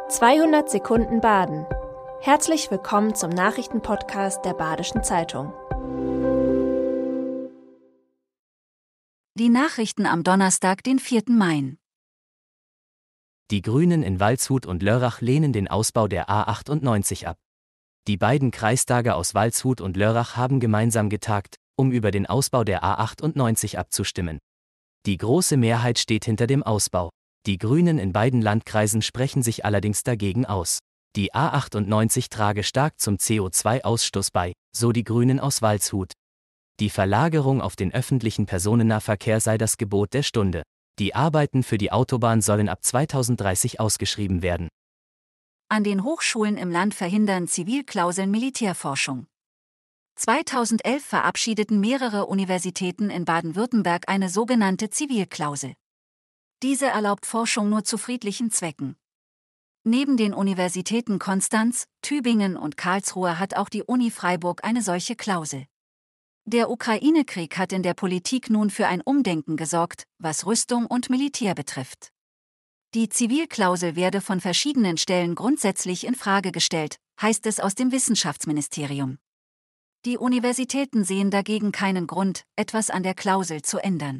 200 Sekunden Baden. Herzlich willkommen zum Nachrichtenpodcast der Badischen Zeitung. Die Nachrichten am Donnerstag, den 4. Mai. Die Grünen in Waldshut und Lörrach lehnen den Ausbau der A98 ab. Die beiden Kreistage aus Waldshut und Lörrach haben gemeinsam getagt, um über den Ausbau der A98 abzustimmen. Die große Mehrheit steht hinter dem Ausbau. Die Grünen in beiden Landkreisen sprechen sich allerdings dagegen aus. Die A98 trage stark zum CO2-Ausstoß bei, so die Grünen aus Waldshut. Die Verlagerung auf den öffentlichen Personennahverkehr sei das Gebot der Stunde. Die Arbeiten für die Autobahn sollen ab 2030 ausgeschrieben werden. An den Hochschulen im Land verhindern Zivilklauseln Militärforschung. 2011 verabschiedeten mehrere Universitäten in Baden-Württemberg eine sogenannte Zivilklausel. Diese erlaubt Forschung nur zu friedlichen Zwecken. Neben den Universitäten Konstanz, Tübingen und Karlsruhe hat auch die Uni Freiburg eine solche Klausel. Der Ukraine-Krieg hat in der Politik nun für ein Umdenken gesorgt, was Rüstung und Militär betrifft. Die Zivilklausel werde von verschiedenen Stellen grundsätzlich in Frage gestellt, heißt es aus dem Wissenschaftsministerium. Die Universitäten sehen dagegen keinen Grund, etwas an der Klausel zu ändern.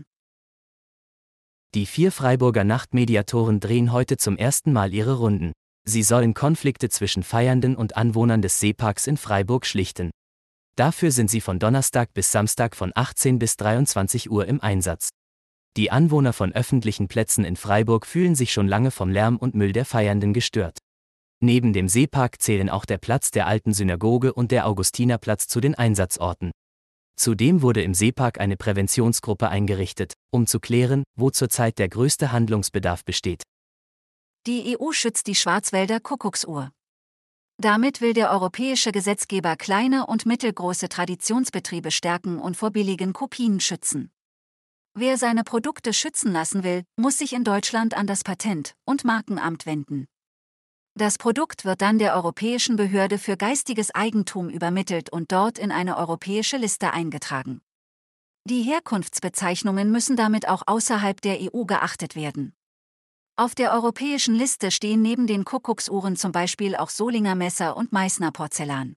Die 4 Freiburger Nachtmediatoren drehen heute zum ersten Mal ihre Runden. Sie sollen Konflikte zwischen Feiernden und Anwohnern des Seeparks in Freiburg schlichten. Dafür sind sie von Donnerstag bis Samstag von 18 bis 23 Uhr im Einsatz. Die Anwohner von öffentlichen Plätzen in Freiburg fühlen sich schon lange vom Lärm und Müll der Feiernden gestört. Neben dem Seepark zählen auch der Platz der Alten Synagoge und der Augustinerplatz zu den Einsatzorten. Zudem wurde im Seepark eine Präventionsgruppe eingerichtet, um zu klären, wo zurzeit der größte Handlungsbedarf besteht. Die EU schützt die Schwarzwälder Kuckucksuhr. Damit will der europäische Gesetzgeber kleine und mittelgroße Traditionsbetriebe stärken und vor billigen Kopien schützen. Wer seine Produkte schützen lassen will, muss sich in Deutschland an das Patent- und Markenamt wenden. Das Produkt wird dann der Europäischen Behörde für geistiges Eigentum übermittelt und dort in eine europäische Liste eingetragen. Die Herkunftsbezeichnungen müssen damit auch außerhalb der EU geachtet werden. Auf der europäischen Liste stehen neben den Kuckucksuhren zum Beispiel auch Solinger Messer und Meißner Porzellan.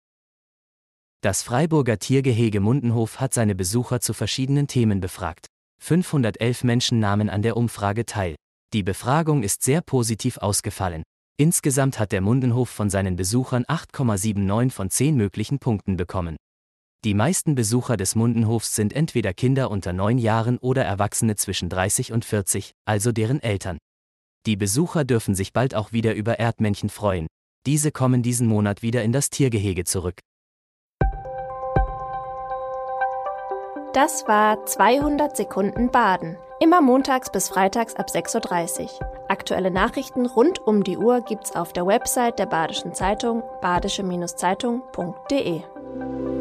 Das Freiburger Tiergehege Mundenhof hat seine Besucher zu verschiedenen Themen befragt. 511 Menschen nahmen an der Umfrage teil. Die Befragung ist sehr positiv ausgefallen. Insgesamt hat der Mundenhof von seinen Besuchern 8,79 von 10 möglichen Punkten bekommen. Die meisten Besucher des Mundenhofs sind entweder Kinder unter 9 Jahren oder Erwachsene zwischen 30 und 40, also deren Eltern. Die Besucher dürfen sich bald auch wieder über Erdmännchen freuen. Diese kommen diesen Monat wieder in das Tiergehege zurück. Das war 200 Sekunden Baden. Immer montags bis freitags ab 6:30 Uhr. Aktuelle Nachrichten rund um die Uhr gibt's auf der Website der Badischen Zeitung, badische-zeitung.de.